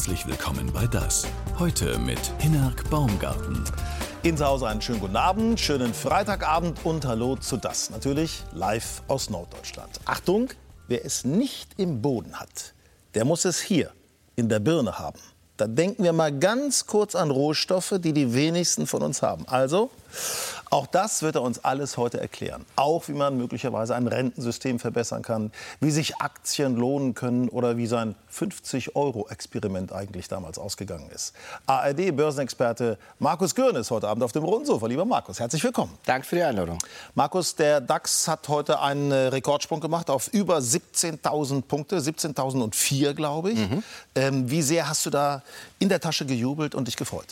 Herzlich willkommen bei Das. Heute mit Hinnerk Baumgarten. Ihnen zu Hause einen schönen guten Abend, schönen Freitagabend und hallo zu Das. Natürlich live aus Norddeutschland. Achtung, wer es nicht im Boden hat, der muss es hier in der Birne haben. Da denken wir mal ganz kurz an Rohstoffe, die die wenigsten von uns haben. Also, auch das wird er uns alles heute erklären. Auch wie man möglicherweise ein Rentensystem verbessern kann, wie sich Aktien lohnen können oder wie sein 50-Euro-Experiment eigentlich damals ausgegangen ist. ARD-Börsenexperte Markus Gürn ist heute Abend auf dem Rundsofa. Lieber Markus, herzlich willkommen. Danke für die Einladung. Markus, der DAX hat heute einen Rekordsprung gemacht auf über 17.000 Punkte, 17.004, glaube ich. Wie sehr hast du da in der Tasche gejubelt und dich gefreut?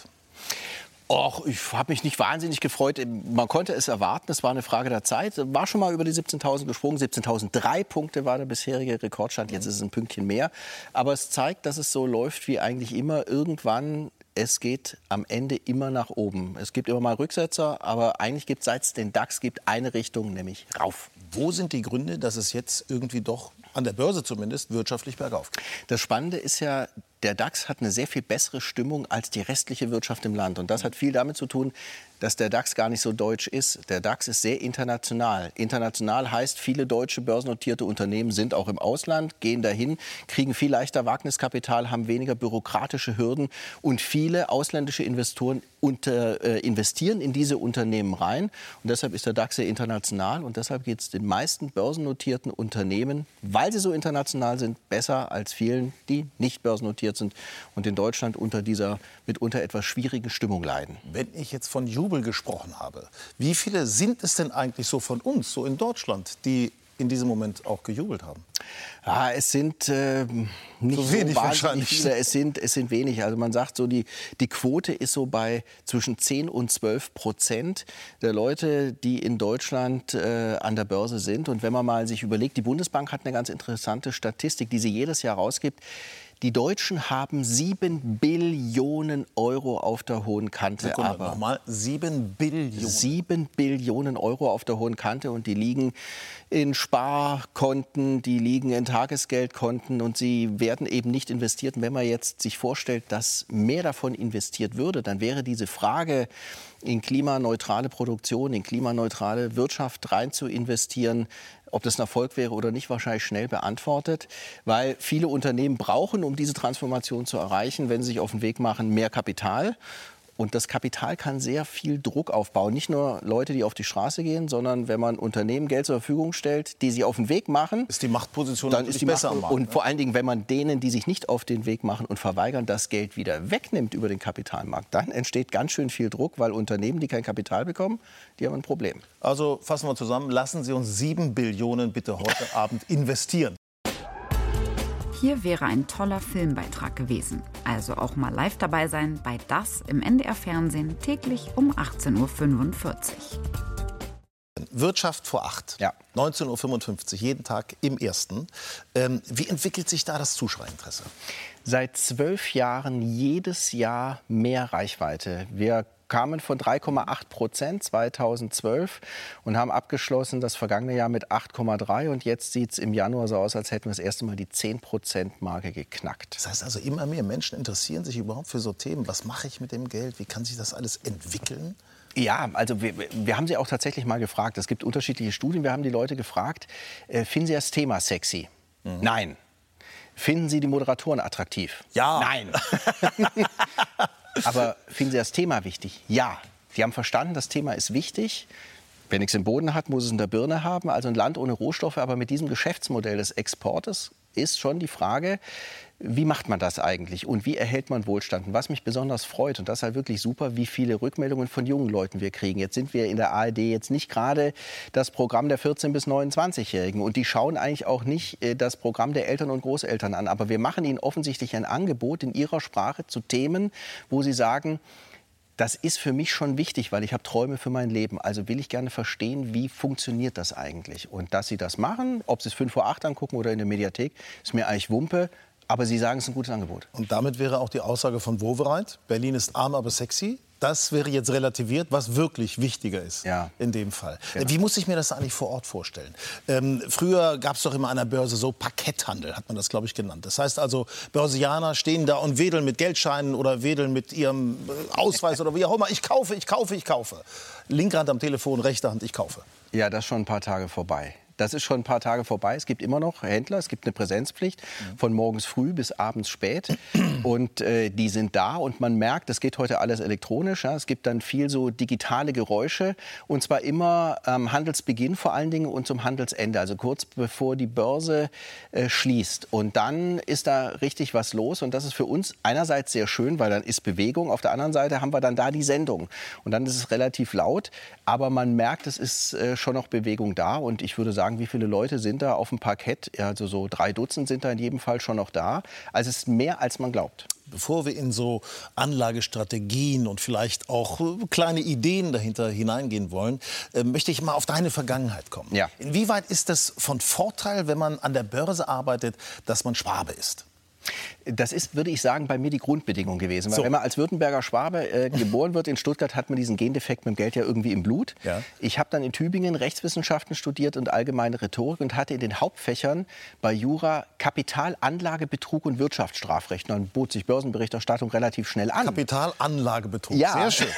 Och, ich habe mich nicht wahnsinnig gefreut. Man konnte es erwarten, es war eine Frage der Zeit. War schon mal über die 17.000 gesprungen. 17.003 Punkte war der bisherige Rekordstand. Jetzt ist es ein Pünktchen mehr. Aber es zeigt, dass es so läuft wie eigentlich immer. Irgendwann, es geht am Ende immer nach oben. Es gibt immer mal Rücksetzer, aber eigentlich gibt es, seit es den DAX gibt, eine Richtung, nämlich rauf. Wo sind die Gründe, dass es jetzt irgendwie doch, an der Börse zumindest, wirtschaftlich bergauf geht? Das Spannende ist ja, der DAX hat eine sehr viel bessere Stimmung als die restliche Wirtschaft im Land. Und das hat viel damit zu tun, dass der DAX gar nicht so deutsch ist. Der DAX ist sehr international. International heißt, viele deutsche börsennotierte Unternehmen sind auch im Ausland, gehen dahin, kriegen viel leichter Wagniskapital, haben weniger bürokratische Hürden. Und viele ausländische Investoren investieren in diese Unternehmen rein. Und deshalb ist der DAX sehr international. Und deshalb geht es den meisten börsennotierten Unternehmen, weil sie so international sind, besser als vielen, die nicht börsennotiert sind und in Deutschland unter dieser mitunter etwas schwierigen Stimmung leiden. Wenn ich jetzt von Jubel gesprochen habe, wie viele sind es denn eigentlich so von uns, so in Deutschland, die in diesem Moment auch gejubelt haben? Ja, es sind nicht so wenig wahnsinnig viele. Es sind wenig. Also man sagt so, die Quote ist so bei zwischen 10 und 12% der Leute, die in Deutschland an der Börse sind. Und wenn man mal sich überlegt, die Bundesbank hat eine ganz interessante Statistik, die sie jedes Jahr rausgibt. Die Deutschen haben 7 Billionen Euro auf der hohen Kante. Sekunde, aber nochmal, 7 Billionen. 7 Billionen Euro auf der hohen Kante und die liegen in Sparkonten, die liegen in Tagesgeldkonten und sie werden eben nicht investiert. Und wenn man jetzt sich vorstellt, dass mehr davon investiert würde, dann wäre diese Frage, in klimaneutrale Produktion, in klimaneutrale Wirtschaft rein zu investieren, ob das ein Erfolg wäre oder nicht, wahrscheinlich schnell beantwortet. Weil viele Unternehmen brauchen, um diese Transformation zu erreichen, wenn sie sich auf den Weg machen, mehr Kapital. Und das Kapital kann sehr viel Druck aufbauen. Nicht nur Leute, die auf die Straße gehen, sondern wenn man Unternehmen Geld zur Verfügung stellt, die sie auf den Weg machen, ist die Machtposition dann natürlich ist die besser am Markt. Und vor allen Dingen, wenn man denen, die sich nicht auf den Weg machen und verweigern, das Geld wieder wegnimmt über den Kapitalmarkt, dann entsteht ganz schön viel Druck, weil Unternehmen, die kein Kapital bekommen, die haben ein Problem. Also fassen wir zusammen, lassen Sie uns 7 Billionen bitte heute Abend investieren. Hier wäre ein toller Filmbeitrag gewesen. Also auch mal live dabei sein bei Das im NDR-Fernsehen täglich um 18.45 Uhr. Wirtschaft vor 8, Ja. 19.55 Uhr, jeden Tag im Ersten. Wie entwickelt sich da das Zuschauerinteresse? Seit 12 Jahren jedes Jahr mehr Reichweite. Wir kamen von 3,8% 2012 und haben abgeschlossen das vergangene Jahr mit 8,3. Und jetzt sieht es im Januar so aus, als hätten wir das erste Mal die 10%-Marke geknackt. Das heißt also, immer mehr Menschen interessieren sich überhaupt für so Themen. Was mache ich mit dem Geld? Wie kann sich das alles entwickeln? Ja, also wir haben sie auch tatsächlich mal gefragt. Es gibt unterschiedliche Studien. Wir haben die Leute gefragt, finden Sie das Thema sexy? Nein. Finden Sie die Moderatoren attraktiv? Ja. Nein. Aber finden Sie das Thema wichtig? Ja. Sie haben verstanden, das Thema ist wichtig. Wer nichts im Boden hat, muss es in der Birne haben. Also ein Land ohne Rohstoffe, aber mit diesem Geschäftsmodell des Exportes ist schon die Frage, wie macht man das eigentlich und wie erhält man Wohlstand? Und was mich besonders freut, und das ist halt wirklich super, wie viele Rückmeldungen von jungen Leuten wir kriegen. Jetzt sind wir in der ARD jetzt nicht gerade das Programm der 14- bis 29-Jährigen. Und die schauen eigentlich auch nicht das Programm der Eltern und Großeltern an. Aber wir machen ihnen offensichtlich ein Angebot in ihrer Sprache zu Themen, wo sie sagen, das ist für mich schon wichtig, weil ich habe Träume für mein Leben. Also will ich gerne verstehen, wie funktioniert das eigentlich? Und dass sie das machen, ob sie es 5 vor 8 angucken oder in der Mediathek, ist mir eigentlich Wumpe. Aber Sie sagen, es ist ein gutes Angebot. Und damit wäre auch die Aussage von Wowereit, Berlin ist arm, aber sexy, Das wäre jetzt relativiert, was wirklich wichtiger ist in dem Fall. Genau. Wie muss ich mir das eigentlich vor Ort vorstellen? Früher gab es doch immer an der Börse so Parketthandel, hat man das, glaube ich, genannt. Das heißt also, Börsianer stehen da und wedeln mit Geldscheinen oder wedeln mit ihrem Ausweis oder wie auch immer. Ich kaufe. Linke Hand am Telefon, rechte Hand, ich kaufe. Ja, das ist schon ein paar Tage vorbei. Das ist schon ein paar Tage vorbei. Es gibt immer noch Händler, es gibt eine Präsenzpflicht von morgens früh bis abends spät. Und die sind da und man merkt, das geht heute alles elektronisch. Ja. Es gibt dann viel so digitale Geräusche und zwar immer am Handelsbeginn vor allen Dingen und zum Handelsende, also kurz bevor die Börse schließt. Und dann ist da richtig was los und das ist für uns einerseits sehr schön, weil dann ist Bewegung. Auf der anderen Seite haben wir dann da die Sendung und dann ist es relativ laut, aber man merkt, es ist schon noch Bewegung da und ich würde sagen, wie viele Leute sind da auf dem Parkett? Ja, also so 3 Dutzend sind da in jedem Fall schon noch da. Also es ist mehr, als man glaubt. Bevor wir in so Anlagestrategien und vielleicht auch kleine Ideen dahinter hineingehen wollen, möchte ich mal auf deine Vergangenheit kommen. Ja. Inwieweit ist es von Vorteil, wenn man an der Börse arbeitet, dass man Schwabe ist? Das ist, würde ich sagen, bei mir die Grundbedingung gewesen. Weil wenn man als Württemberger Schwabe geboren wird in Stuttgart, hat man diesen Gendefekt mit dem Geld ja irgendwie im Blut. Ja. Ich habe dann in Tübingen Rechtswissenschaften studiert und allgemeine Rhetorik und hatte in den Hauptfächern bei Jura Kapitalanlagebetrug und Wirtschaftsstrafrecht. Dann bot sich Börsenberichterstattung relativ schnell an. Kapitalanlagebetrug, ja. Sehr schön.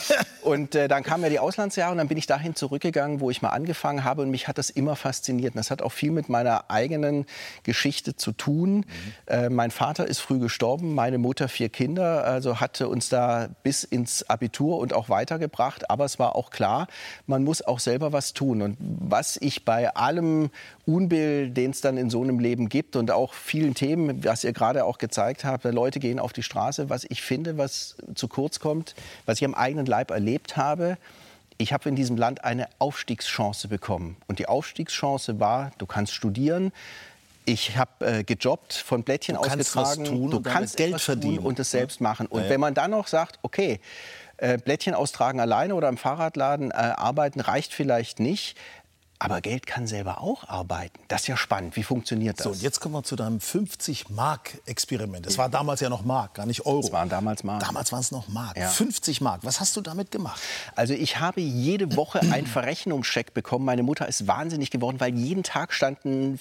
Und dann kamen ja die Auslandsjahre und dann bin ich dahin zurückgegangen, wo ich mal angefangen habe. Und mich hat das immer fasziniert. Und das hat auch viel mit meiner eigenen Geschichte zu tun. Mein Vater ist früh gestorben, meine Mutter 4 Kinder, also hatte uns da bis ins Abitur und auch weitergebracht. Aber es war auch klar, man muss auch selber was tun. Und was ich bei allem Unbill, den es dann in so einem Leben gibt und auch vielen Themen, was ihr gerade auch gezeigt habt, Leute gehen auf die Straße, was ich finde, was zu kurz kommt, was ich am eigenen Leib erlebt habe, ich habe in diesem Land eine Aufstiegschance bekommen. Und die Aufstiegschance war, du kannst studieren. Ich habe gejobbt, von Blättchen ausgetragen. Du kannst Geld verdienen und es selbst machen. Und wenn man dann noch sagt, okay, Blättchen austragen alleine oder im Fahrradladen arbeiten reicht vielleicht nicht, aber Geld kann selber auch arbeiten. Das ist ja spannend. Wie funktioniert das? So, und jetzt kommen wir zu deinem 50-Mark-Experiment. Das war damals ja noch Mark, gar nicht Euro. Das waren damals Mark. Damals waren es noch Mark. Ja. 50 Mark. Was hast du damit gemacht? Also ich habe jede Woche einen Verrechnungscheck bekommen. Meine Mutter ist wahnsinnig geworden, weil jeden Tag standen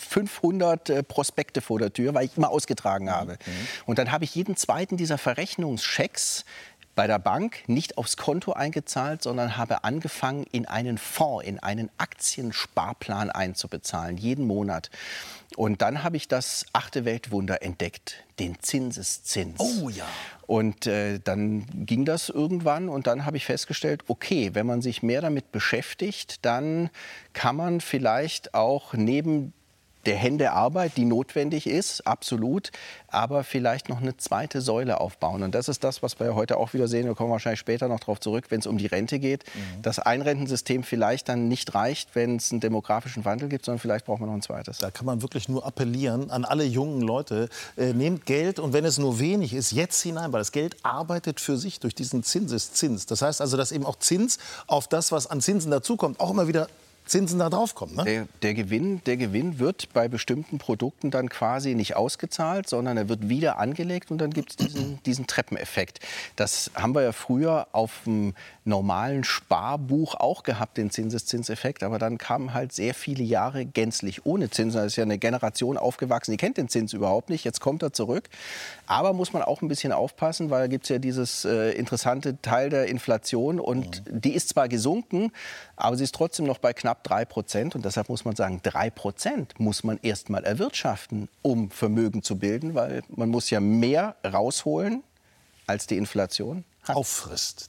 500 Prospekte vor der Tür, weil ich immer ausgetragen habe. Und dann habe ich jeden zweiten dieser Verrechnungschecks bei der Bank nicht aufs Konto eingezahlt, sondern habe angefangen, in einen Fonds, in einen Aktiensparplan einzubezahlen, jeden Monat. Und dann habe ich das 8. Weltwunder entdeckt, den Zinseszins. Oh ja. Und dann ging das irgendwann und dann habe ich festgestellt, okay, wenn man sich mehr damit beschäftigt, dann kann man vielleicht auch neben der Hände Arbeit, die notwendig ist, absolut, aber vielleicht noch eine zweite Säule aufbauen. Und das ist das, was wir heute auch wieder sehen, wir kommen wahrscheinlich später noch darauf zurück, wenn es um die Rente geht, dass ein Rentensystem vielleicht dann nicht reicht, wenn es einen demografischen Wandel gibt, sondern vielleicht braucht man noch ein zweites. Da kann man wirklich nur appellieren an alle jungen Leute, nehmt Geld und wenn es nur wenig ist, jetzt hinein, weil das Geld arbeitet für sich durch diesen Zinseszins. Das heißt also, dass eben auch Zins auf das, was an Zinsen dazukommt, auch immer wieder Zinsen da drauf kommen, ne? Der Gewinn wird bei bestimmten Produkten dann quasi nicht ausgezahlt, sondern er wird wieder angelegt und dann gibt es diesen Treppeneffekt. Das haben wir ja früher auf dem normalen Sparbuch auch gehabt, den Zinseszinseffekt, aber dann kamen halt sehr viele Jahre gänzlich ohne Zinsen. Da ist ja eine Generation aufgewachsen, die kennt den Zins überhaupt nicht, jetzt kommt er zurück. Aber muss man auch ein bisschen aufpassen, weil da gibt es ja dieses interessante Teil der Inflation und die ist zwar gesunken, aber sie ist trotzdem noch bei knapp 3%. Und deshalb muss man sagen, 3% muss man erst mal erwirtschaften, um Vermögen zu bilden, weil man muss ja mehr rausholen, als die Inflation auffrisst.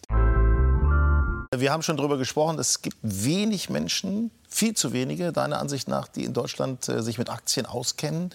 Wir haben schon darüber gesprochen, es gibt wenig Menschen, viel zu wenige, deiner Ansicht nach, die in Deutschland sich mit Aktien auskennen.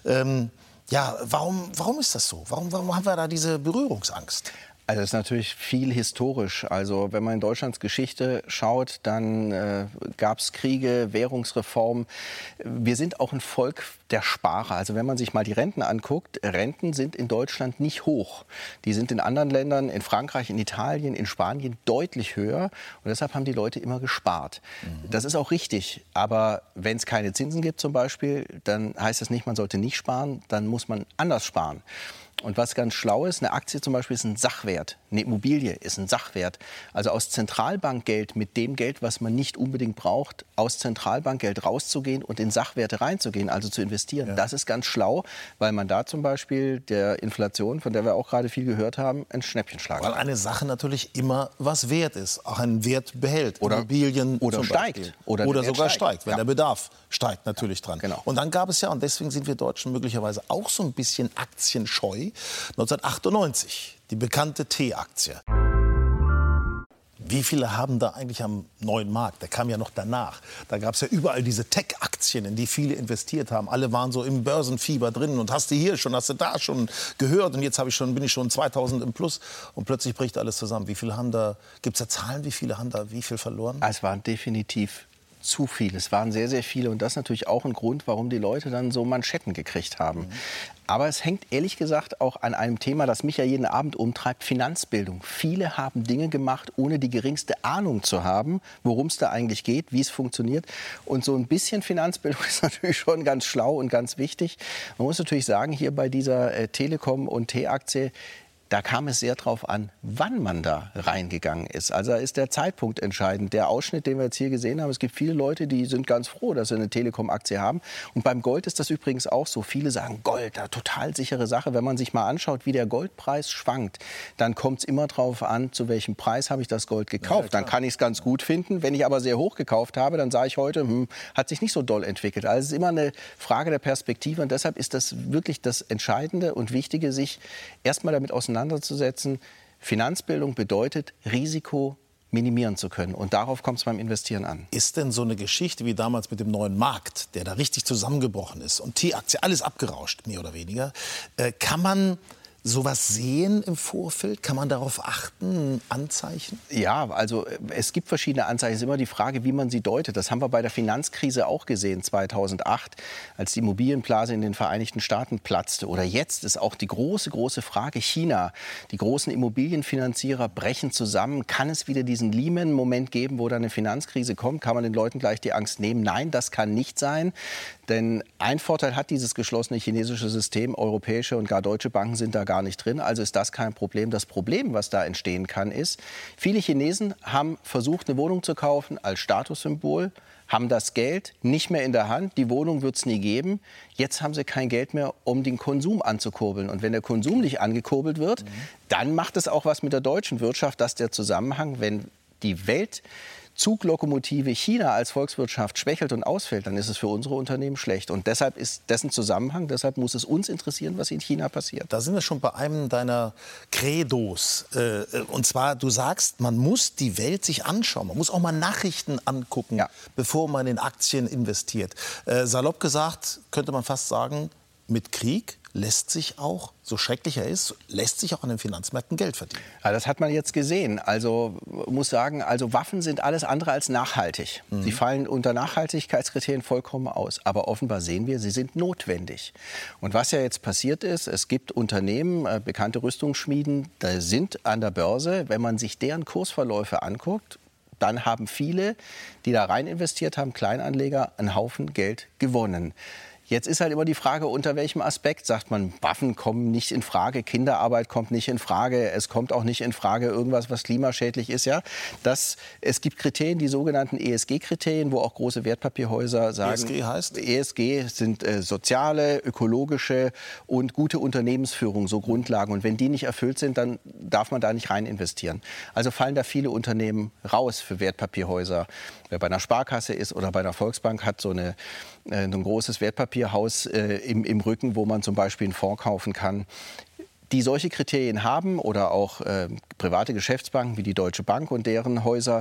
Warum ist das so? Warum haben wir da diese Berührungsangst? Also das ist natürlich viel historisch. Also wenn man in Deutschlands Geschichte schaut, dann gab es Kriege, Währungsreform. Wir sind auch ein Volk der Sparer. Also wenn man sich mal die Renten anguckt, Renten sind in Deutschland nicht hoch. Die sind in anderen Ländern, in Frankreich, in Italien, in Spanien deutlich höher. Und deshalb haben die Leute immer gespart. Das ist auch richtig. Aber wenn es keine Zinsen gibt zum Beispiel, dann heißt das nicht, man sollte nicht sparen. Dann muss man anders sparen. Und was ganz schlau ist, eine Aktie zum Beispiel ist ein Sachwert, eine Immobilie ist ein Sachwert. Also aus Zentralbankgeld, mit dem Geld, was man nicht unbedingt braucht, aus Zentralbankgeld rauszugehen und in Sachwerte reinzugehen, also zu investieren. Ja. Das ist ganz schlau, weil man da zum Beispiel der Inflation, von der wir auch gerade viel gehört haben, ein Schnäppchen schlagen kann. Weil eine Sache natürlich immer was wert ist, auch einen Wert behält. Oder Immobilien oder steigt. Oder sogar steigt, wenn der Bedarf steigt natürlich dran. Genau. Und dann gab es ja, und deswegen sind wir Deutschen möglicherweise auch so ein bisschen aktienscheu, 1998, die bekannte T-Aktie. Wie viele haben da eigentlich am neuen Markt? Der kam ja noch danach. Da gab es ja überall diese Tech-Aktien, in die viele investiert haben. Alle waren so im Börsenfieber drin und hast du hier schon, hast du da schon gehört und jetzt bin ich schon 2000 im Plus und plötzlich bricht alles zusammen. Wie viele haben da, gibt es da Zahlen, wie viele haben da wie viel verloren? Es waren definitiv zu viel. Es waren sehr, sehr viele und das ist natürlich auch ein Grund, warum die Leute dann so Manschetten gekriegt haben. Aber es hängt ehrlich gesagt auch an einem Thema, das mich ja jeden Abend umtreibt, Finanzbildung. Viele haben Dinge gemacht, ohne die geringste Ahnung zu haben, worum es da eigentlich geht, wie es funktioniert. Und so ein bisschen Finanzbildung ist natürlich schon ganz schlau und ganz wichtig. Man muss natürlich sagen, hier bei dieser Telekom- und T-Aktie, da kam es sehr darauf an, wann man da reingegangen ist. Also da ist der Zeitpunkt entscheidend. Der Ausschnitt, den wir jetzt hier gesehen haben, es gibt viele Leute, die sind ganz froh, dass sie eine Telekom-Aktie haben. Und beim Gold ist das übrigens auch so. Viele sagen, Gold, eine total sichere Sache. Wenn man sich mal anschaut, wie der Goldpreis schwankt, dann kommt es immer darauf an, zu welchem Preis habe ich das Gold gekauft. Ja, dann kann ich es ganz gut finden. Wenn ich aber sehr hoch gekauft habe, dann sage ich heute, hat sich nicht so doll entwickelt. Also es ist immer eine Frage der Perspektive. Und deshalb ist das wirklich das Entscheidende und Wichtige, sich erstmal damit auseinanderzusetzen. Finanzbildung bedeutet, Risiko minimieren zu können. Und darauf kommt es beim Investieren an. Ist denn so eine Geschichte wie damals mit dem neuen Markt, der da richtig zusammengebrochen ist und T-Aktie, alles abgerauscht, mehr oder weniger, kann man sowas sehen im Vorfeld? Kann man darauf achten, Anzeichen? Ja, also es gibt verschiedene Anzeichen. Es ist immer die Frage, wie man sie deutet. Das haben wir bei der Finanzkrise auch gesehen, 2008, als die Immobilienblase in den Vereinigten Staaten platzte. Oder jetzt ist auch die große, große Frage China. Die großen Immobilienfinanzierer brechen zusammen. Kann es wieder diesen Lehman-Moment geben, wo da eine Finanzkrise kommt? Kann man den Leuten gleich die Angst nehmen? Nein, das kann nicht sein. Denn ein Vorteil hat dieses geschlossene chinesische System. Europäische und gar deutsche Banken sind da gar nicht drin. Also ist das kein Problem. Das Problem, was da entstehen kann, ist, viele Chinesen haben versucht, eine Wohnung zu kaufen als Statussymbol, haben das Geld nicht mehr in der Hand. Die Wohnung wird es nie geben. Jetzt haben sie kein Geld mehr, um den Konsum anzukurbeln. Und wenn der Konsum nicht angekurbelt wird, dann macht es auch was mit der deutschen Wirtschaft. Das ist der Zusammenhang, wenn die Weltzuglokomotive China als Volkswirtschaft schwächelt und ausfällt, dann ist es für unsere Unternehmen schlecht. Und deshalb ist dessen Zusammenhang, deshalb muss es uns interessieren, was in China passiert. Da sind wir schon bei einem deiner Credos. Und zwar, du sagst, man muss die Welt sich anschauen. Man muss auch mal Nachrichten angucken, bevor man in Aktien investiert. Salopp gesagt, könnte man fast sagen, mit Krieg lässt sich auch, so schrecklich er ist, lässt sich auch an den Finanzmärkten Geld verdienen. Ja, das hat man jetzt gesehen. Also muss sagen, also Waffen sind alles andere als nachhaltig. Sie fallen unter Nachhaltigkeitskriterien vollkommen aus. Aber offenbar sehen wir, sie sind notwendig. Und was ja jetzt passiert ist, es gibt Unternehmen, bekannte Rüstungsschmieden, da sind an der Börse, wenn man sich deren Kursverläufe anguckt, dann haben viele, die da rein investiert haben, Kleinanleger, einen Haufen Geld gewonnen. Jetzt ist halt immer die Frage, unter welchem Aspekt sagt man, Waffen kommen nicht in Frage, Kinderarbeit kommt nicht in Frage, es kommt auch nicht in Frage irgendwas, was klimaschädlich ist. Ja? Es gibt Kriterien, die sogenannten ESG-Kriterien, wo auch große Wertpapierhäuser sagen, ESG heißt? ESG sind soziale, ökologische und gute Unternehmensführung, so Grundlagen. Und wenn die nicht erfüllt sind, dann darf man da nicht rein investieren. Also fallen da viele Unternehmen raus für Wertpapierhäuser. Wer bei einer Sparkasse ist oder bei einer Volksbank hat so ein großes Wertpapierhaus im Rücken, wo man zum Beispiel einen Fonds kaufen kann, die solche Kriterien haben oder auch private Geschäftsbanken wie die Deutsche Bank und deren Häuser.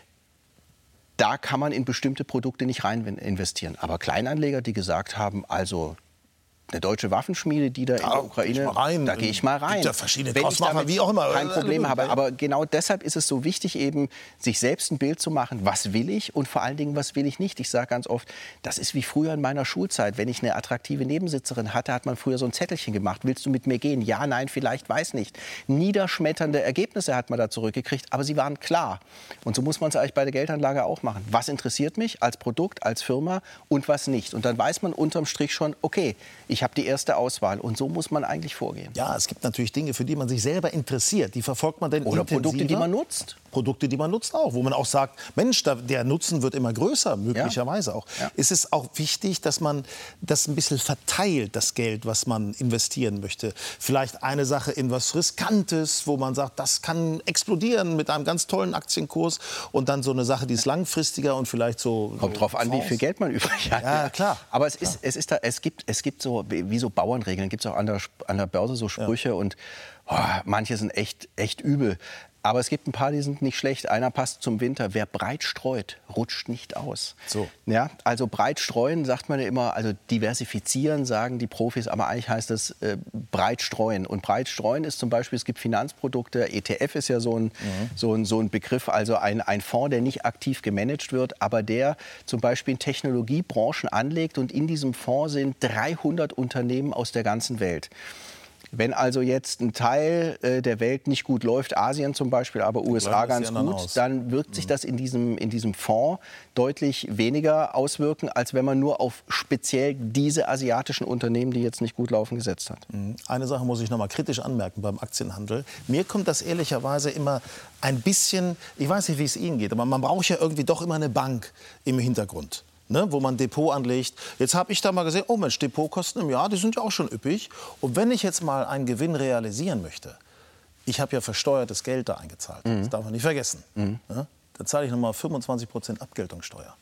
Da kann man in bestimmte Produkte nicht rein investieren. Aber Kleinanleger, die gesagt haben, also eine deutsche Waffenschmiede, die da in der Ukraine, da gehe ich mal rein. Gibt ja verschiedene wenn ich damit wie auch immer. Kein Problem habe. Aber genau deshalb ist es so wichtig, eben sich selbst ein Bild zu machen, was will ich und vor allen Dingen, was will ich nicht. Ich sage ganz oft, das ist wie früher in meiner Schulzeit. Wenn ich eine attraktive Nebensitzerin hatte, hat man früher so ein Zettelchen gemacht. Willst du mit mir gehen? Ja, nein, vielleicht, weiß nicht. Niederschmetternde Ergebnisse hat man da zurückgekriegt, aber sie waren klar. Und so muss man es eigentlich bei der Geldanlage auch machen. Was interessiert mich als Produkt, als Firma und was nicht. Und dann weiß man unterm Strich schon, okay, ich Ich habe die erste Auswahl und so muss man eigentlich vorgehen. Ja, es gibt natürlich Dinge, für die man sich selber interessiert. Die verfolgt man dann Oder intensiver. Produkte, die man nutzt. Produkte, die man nutzt auch, wo man auch sagt, Mensch, der Nutzen wird immer größer, möglicherweise auch. Ja. Ist es auch wichtig, dass man das ein bisschen verteilt, das Geld, was man investieren möchte? Vielleicht eine Sache in was Riskantes, wo man sagt, das kann explodieren mit einem ganz tollen Aktienkurs und dann so eine Sache, die ist langfristiger und vielleicht so... Kommt drauf an, wie viel Geld man übrig hat. Ja, klar. Aber es gibt so, wie so Bauernregeln, gibt es auch an der Börse so Sprüche und manche sind echt übel. Aber es gibt ein paar, die sind nicht schlecht. Einer passt zum Winter. Wer breit streut, rutscht nicht aus. So. Ja, also breit streuen sagt man ja immer, also diversifizieren sagen die Profis, aber eigentlich heißt es breit streuen. Und breit streuen ist zum Beispiel, es gibt Finanzprodukte, ETF ist ja so ein Begriff, also ein Fonds, der nicht aktiv gemanagt wird, aber der zum Beispiel in Technologiebranchen anlegt und in diesem Fonds sind 300 Unternehmen aus der ganzen Welt. Wenn also jetzt ein Teil der Welt nicht gut läuft, Asien zum Beispiel, aber USA ganz gut, dann wirkt sich das in diesem Fonds deutlich weniger auswirken, als wenn man nur auf speziell diese asiatischen Unternehmen, die jetzt nicht gut laufen, gesetzt hat. Eine Sache muss ich noch mal kritisch anmerken beim Aktienhandel. Mir kommt das ehrlicherweise immer ein bisschen, ich weiß nicht, wie es Ihnen geht, aber man braucht ja irgendwie doch immer eine Bank im Hintergrund. Ne, wo man ein Depot anlegt. Jetzt habe ich da mal gesehen, oh Mensch, Depotkosten im Jahr, die sind ja auch schon üppig. Und wenn ich jetzt mal einen Gewinn realisieren möchte, ich habe ja versteuertes Geld da eingezahlt, das darf man nicht vergessen. Ne? Dann zahle ich nochmal 25% Abgeltungssteuer.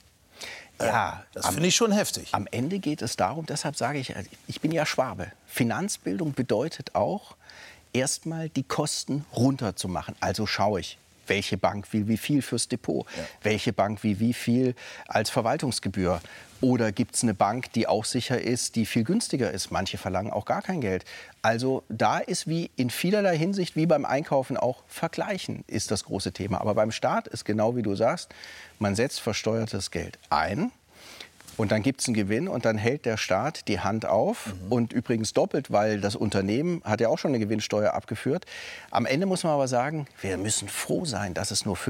Ja, das finde ich schon heftig. Am Ende geht es darum, deshalb sage ich bin ja Schwabe. Finanzbildung bedeutet auch, erstmal die Kosten runterzumachen. Also schaue ich, welche Bank will wie viel fürs Depot? Ja. Welche Bank will wie viel als Verwaltungsgebühr? Oder gibt es eine Bank, die auch sicher ist, die viel günstiger ist? Manche verlangen auch gar kein Geld. Also da ist wie in vielerlei Hinsicht, wie beim Einkaufen auch, Vergleichen ist das große Thema. Aber beim Staat ist genau wie du sagst, man setzt versteuertes Geld ein. Und dann gibt es einen Gewinn und dann hält der Staat die Hand auf. Und übrigens doppelt, weil das Unternehmen hat ja auch schon eine Gewinnsteuer abgeführt. Am Ende muss man aber sagen, wir müssen froh sein, dass es nur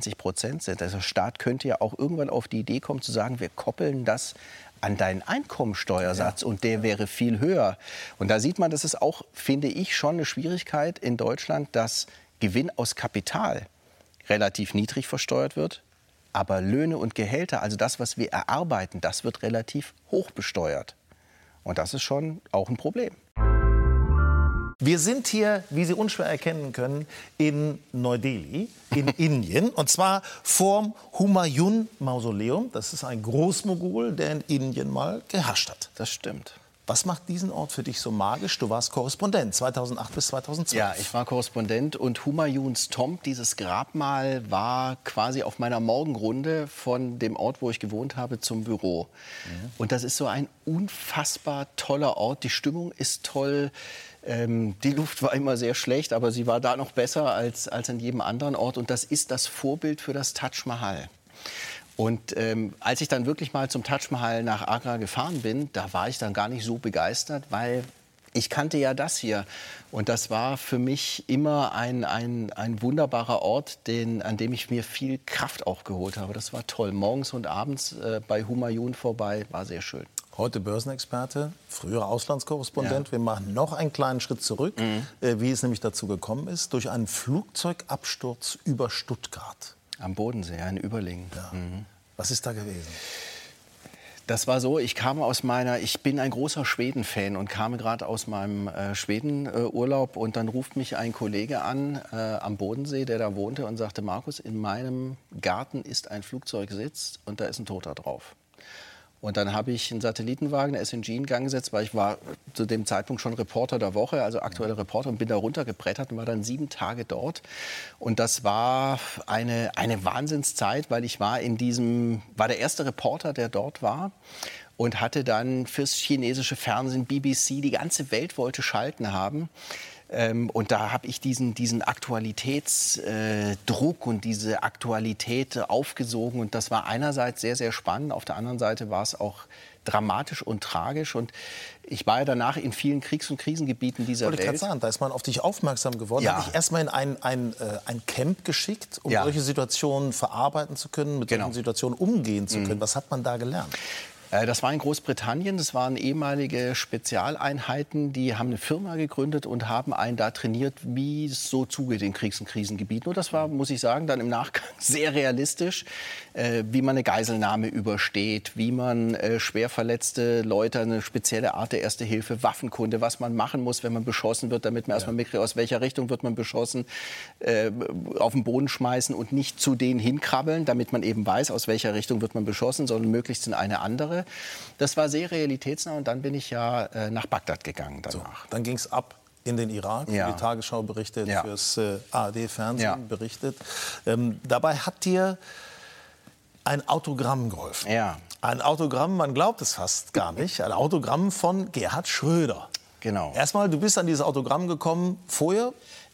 25% sind. Also der Staat könnte ja auch irgendwann auf die Idee kommen zu sagen, wir koppeln das an deinen Einkommensteuersatz und der wäre viel höher. Und da sieht man, das ist auch, finde ich, schon eine Schwierigkeit in Deutschland, dass Gewinn aus Kapital relativ niedrig versteuert wird. Aber Löhne und Gehälter, also das, was wir erarbeiten, das wird relativ hoch besteuert. Und das ist schon auch ein Problem. Wir sind hier, wie Sie unschwer erkennen können, in Neu-Delhi, in Indien. Und zwar vorm Humayun-Mausoleum. Das ist ein Großmogul, der in Indien mal geherrscht hat. Das stimmt. Was macht diesen Ort für dich so magisch? Du warst Korrespondent 2008 bis 2012. Ja, ich war Korrespondent und Humayuns Tomb, dieses Grabmal, war quasi auf meiner Morgenrunde von dem Ort, wo ich gewohnt habe, zum Büro. Und das ist so ein unfassbar toller Ort. Die Stimmung ist toll. Die Luft war immer sehr schlecht, aber sie war da noch besser als an jedem anderen Ort. Und das ist das Vorbild für das Taj Mahal. Und als ich dann wirklich mal zum Taj Mahal nach Agra gefahren bin, da war ich dann gar nicht so begeistert, weil ich kannte ja das hier. Und das war für mich immer ein wunderbarer Ort, an dem ich mir viel Kraft auch geholt habe. Das war toll. Morgens und abends bei Humayun vorbei, war sehr schön. Heute Börsenexperte, früher Auslandskorrespondent. Ja. Wir machen noch einen kleinen Schritt zurück, wie es nämlich dazu gekommen ist, durch einen Flugzeugabsturz über Stuttgart. Am Bodensee, in Überlingen. Ja. Was ist da gewesen? Das war so, ich bin ein großer Schweden-Fan und kam gerade aus meinem Schweden-Urlaub und dann ruft mich ein Kollege an am Bodensee, der da wohnte und sagte, Markus, in meinem Garten ist ein Flugzeugsitz und da ist ein Toter drauf. Und dann habe ich einen Satellitenwagen, eine SNG, in Gang gesetzt, weil ich war zu dem Zeitpunkt schon Reporter der Woche, also aktueller Reporter, und bin da runtergebrettert und war dann 7 Tage dort. Und das war eine Wahnsinnszeit, weil ich war der erste Reporter, der dort war. Und hatte dann fürs chinesische Fernsehen, BBC, die ganze Welt wollte schalten haben. Und da habe ich diesen Aktualitätsdruck und diese Aktualität aufgesogen. Und das war einerseits sehr, sehr spannend. Auf der anderen Seite war es auch dramatisch und tragisch. Und ich war ja danach in vielen Kriegs- und Krisengebieten dieser Welt. Wollte ich gerade sagen, da ist man auf dich aufmerksam geworden. Ja. Hat dich erstmal in ein Camp geschickt, um solche Situationen verarbeiten zu können, mit solchen Situationen umgehen zu können. Was hat man da gelernt? Das war in Großbritannien, das waren ehemalige Spezialeinheiten, die haben eine Firma gegründet und haben einen da trainiert, wie es so zugeht in Kriegs- und Krisengebieten. Und das war, muss ich sagen, dann im Nachgang sehr realistisch, wie man eine Geiselnahme übersteht, wie man schwer verletzte Leute, eine spezielle Art der Erste Hilfe, Waffenkunde, was man machen muss, wenn man beschossen wird, damit man erstmal mitkriegt, aus welcher Richtung wird man beschossen, auf den Boden schmeißen und nicht zu denen hinkrabbeln, damit man eben weiß, aus welcher Richtung wird man beschossen, sondern möglichst in eine andere. Das war sehr realitätsnah und dann bin ich ja nach Bagdad gegangen danach. So, dann ging es ab in den Irak, Ja. die Tagesschau berichtet, Ja. fürs ARD-Fernsehen Ja. berichtet. Dabei hat dir ein Autogramm geholfen. Ja. Ein Autogramm, man glaubt es fast gar nicht, ein Autogramm von Gerhard Schröder. Genau. Erstmal, du bist an dieses Autogramm gekommen vorher.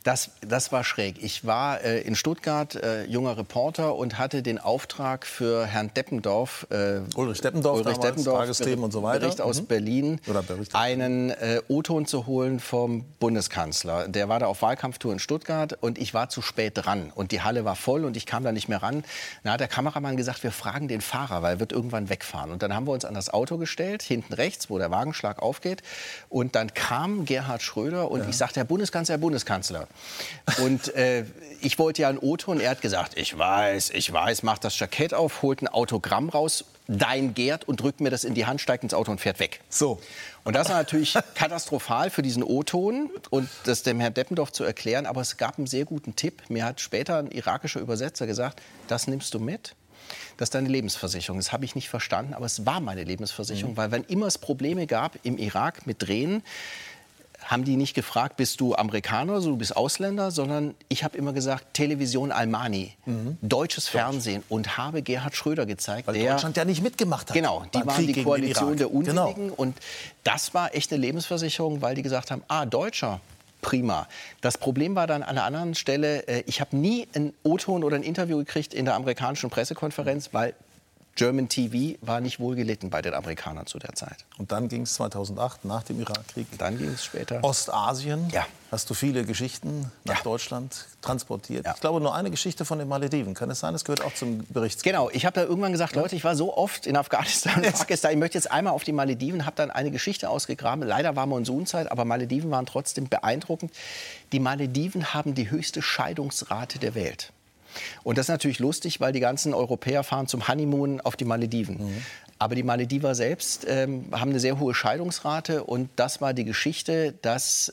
Das war schräg. Ich war in Stuttgart junger Reporter und hatte den Auftrag für Herrn Deppendorf, Ulrich Deppendorf, Tagesthemen und so weiter. Bericht aus Berlin, Oder Bericht. einen O-Ton zu holen vom Bundeskanzler. Der war da auf Wahlkampftour in Stuttgart und ich war zu spät dran. Und die Halle war voll und ich kam da nicht mehr ran. Da hat der Kameramann gesagt, wir fragen den Fahrer, weil er wird irgendwann wegfahren. Und dann haben wir uns an das Auto gestellt, hinten rechts, wo der Wagenschlag aufgeht. Und dann kam Gerhard Schröder und ich sagte, Herr Bundeskanzler, Herr Bundeskanzler. Und ich wollte ja ein O-Ton. Er hat gesagt, ich weiß, macht das Jackett auf, holt ein Autogramm raus, dein Gerd, und drückt mir das in die Hand, steigt ins Auto und fährt weg. So. Und das war natürlich katastrophal für diesen O-Ton und das dem Herrn Deppendorf zu erklären. Aber es gab einen sehr guten Tipp. Mir hat später ein irakischer Übersetzer gesagt, das nimmst du mit. Das ist deine Lebensversicherung. Das habe ich nicht verstanden, aber es war meine Lebensversicherung. Weil wenn immer es Probleme gab im Irak mit Drehen, haben die nicht gefragt, bist du Amerikaner, du bist Ausländer, sondern ich habe immer gesagt, Television Almani, deutsches Fernsehen, und habe Gerhard Schröder gezeigt. Weil Deutschland ja nicht mitgemacht hat. Genau, die beim waren Krieg die gegen Koalition den der Irak. Genau. Unwilligen. Und das war echt eine Lebensversicherung, weil die gesagt haben, Deutscher, prima. Das Problem war dann an einer anderen Stelle, ich habe nie einen O-Ton oder ein Interview gekriegt in der amerikanischen Pressekonferenz, weil German TV war nicht wohl gelitten bei den Amerikanern zu der Zeit. Und dann ging es 2008, nach dem Irakkrieg. Dann ging es später. Ostasien. Ja. Hast du viele Geschichten nach Deutschland transportiert? Ja. Ich glaube, nur eine Geschichte von den Malediven. Kann es sein? Das gehört auch zum Bericht. Genau, ich habe da irgendwann gesagt, Leute, ich war so oft in Afghanistan und Pakistan, ich möchte jetzt einmal auf die Malediven, habe dann eine Geschichte ausgegraben. Leider war Monsunzeit, aber Malediven waren trotzdem beeindruckend. Die Malediven haben die höchste Scheidungsrate der Welt. Und das ist natürlich lustig, weil die ganzen Europäer fahren zum Honeymoon auf die Malediven. Aber die Malediver selbst haben eine sehr hohe Scheidungsrate. Und das war die Geschichte, dass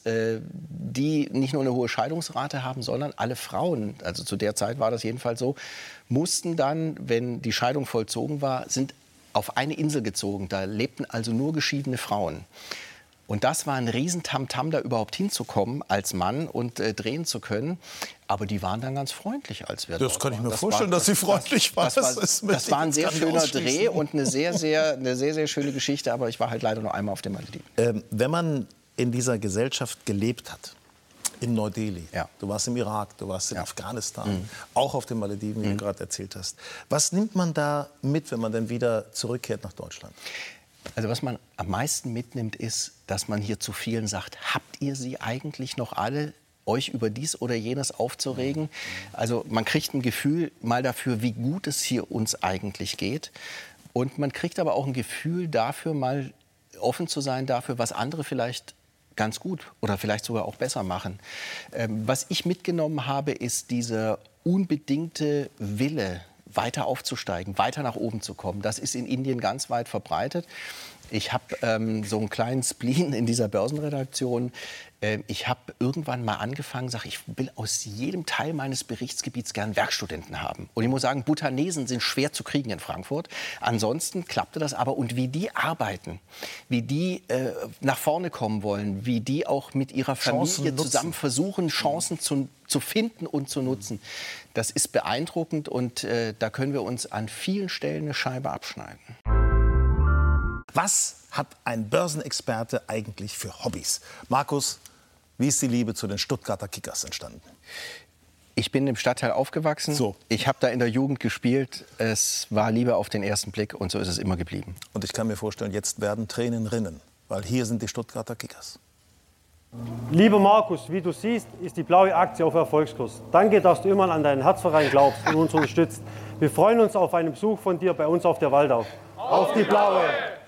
die nicht nur eine hohe Scheidungsrate haben, sondern alle Frauen, also zu der Zeit war das jedenfalls so, mussten dann, wenn die Scheidung vollzogen war, sind auf eine Insel gezogen. Da lebten also nur geschiedene Frauen. Und das war ein Riesentamtam, da überhaupt hinzukommen als Mann und drehen zu können. Aber die waren dann ganz freundlich, als wir Das dort kann ich waren. mir vorstellen, dass sie freundlich waren. Das war ein sehr schöner Dreh und eine sehr, sehr schöne Geschichte. Aber ich war halt leider nur einmal auf den Malediven. Wenn man in dieser Gesellschaft gelebt hat, in Neu-Delhi, Ja. du warst im Irak, du warst in Afghanistan, auch auf den Malediven, wie du gerade erzählt hast. Was nimmt man da mit, wenn man dann wieder zurückkehrt nach Deutschland? Also was man am meisten mitnimmt, ist, dass man hier zu vielen sagt, habt ihr sie eigentlich noch alle, euch über dies oder jenes aufzuregen? Also man kriegt ein Gefühl mal dafür, wie gut es hier uns eigentlich geht. Und man kriegt aber auch ein Gefühl dafür, mal offen zu sein dafür, was andere vielleicht ganz gut oder vielleicht sogar auch besser machen. Was ich mitgenommen habe, ist dieser unbedingte Wille, weiter aufzusteigen, weiter nach oben zu kommen. Das ist in Indien ganz weit verbreitet. Ich habe so einen kleinen Spleen in dieser Börsenredaktion. Ich habe irgendwann mal angefangen, sage ich will aus jedem Teil meines Berichtsgebiets gern Werkstudenten haben. Und ich muss sagen, Bhutanesen sind schwer zu kriegen in Frankfurt. Ansonsten klappte das aber. Und wie die arbeiten, wie die nach vorne kommen wollen, wie die auch mit ihrer Familie zusammen versuchen, Chancen zu finden und zu nutzen, das ist beeindruckend. Und da können wir uns an vielen Stellen eine Scheibe abschneiden. Was hat ein Börsenexperte eigentlich für Hobbys? Markus, wie ist die Liebe zu den Stuttgarter Kickers entstanden? Ich bin im Stadtteil aufgewachsen. So. Ich habe da in der Jugend gespielt. Es war Liebe auf den ersten Blick und so ist es immer geblieben. Und ich kann mir vorstellen, jetzt werden Tränen rinnen, weil hier sind die Stuttgarter Kickers. Lieber Markus, wie du siehst, ist die blaue Aktie auf Erfolgskurs. Danke, dass du immer an deinen Herzverein glaubst und uns unterstützt. Wir freuen uns auf einen Besuch von dir bei uns auf der Waldau. Auf die blaue!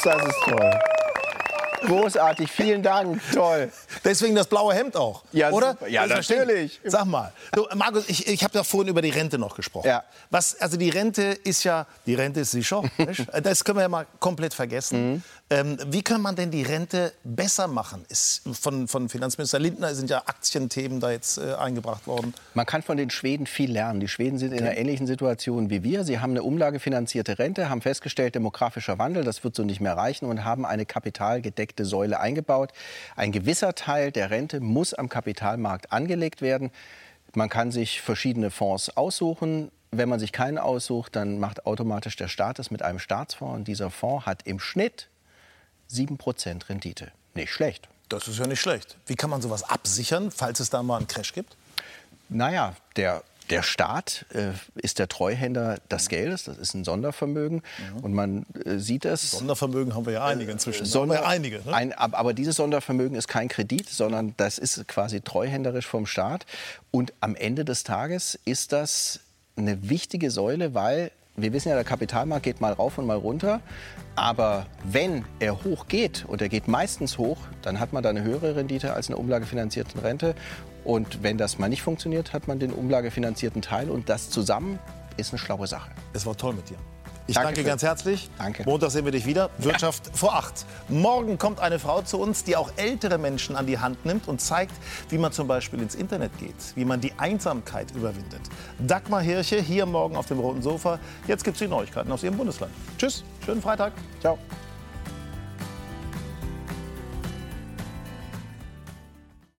Das ist toll. Großartig, vielen Dank, toll. Deswegen das blaue Hemd auch, Ja, oder? super. Ja, Das ist natürlich. Sag mal, du, Markus, ich habe ja vorhin über die Rente noch gesprochen. Ja. Also die Rente ist sicher. Nicht? Das können wir ja mal komplett vergessen. Wie kann man denn die Rente besser machen? Von Finanzminister Lindner sind ja Aktienthemen da jetzt eingebracht worden. Man kann von den Schweden viel lernen. Die Schweden sind in einer ähnlichen Situation wie wir. Sie haben eine umlagefinanzierte Rente, haben festgestellt, demografischer Wandel, das wird so nicht mehr reichen und haben eine kapitalgedeckte Säule eingebaut. Ein gewisser Teil der Rente muss am Kapitalmarkt angelegt werden. Man kann sich verschiedene Fonds aussuchen. Wenn man sich keinen aussucht, dann macht automatisch der Staat es mit einem Staatsfonds. Und dieser Fonds hat im Schnitt 7% Rendite. Nicht schlecht. Das ist ja nicht schlecht. Wie kann man sowas absichern, falls es da mal einen Crash gibt? Naja, der Staat ist der Treuhänder des Geldes. Das ist ein Sondervermögen. Und man sieht es. Sondervermögen haben wir ja einige inzwischen. Aber dieses Sondervermögen ist kein Kredit, sondern das ist quasi treuhänderisch vom Staat. Und am Ende des Tages ist das eine wichtige Säule, weil wir wissen ja, der Kapitalmarkt geht mal rauf und mal runter. Aber wenn er hoch geht, und er geht meistens hoch, dann hat man da eine höhere Rendite als eine umlagefinanzierte Rente. Und wenn das mal nicht funktioniert, hat man den umlagefinanzierten Teil. Und das zusammen ist eine schlaue Sache. Es war toll mit dir. Ich danke ganz herzlich. Danke. Montag sehen wir dich wieder. Wirtschaft vor 8. Morgen kommt eine Frau zu uns, die auch ältere Menschen an die Hand nimmt und zeigt, wie man zum Beispiel ins Internet geht, wie man die Einsamkeit überwindet. Dagmar Hirche hier morgen auf dem roten Sofa. Jetzt gibt es die Neuigkeiten aus ihrem Bundesland. Tschüss, schönen Freitag. Ciao.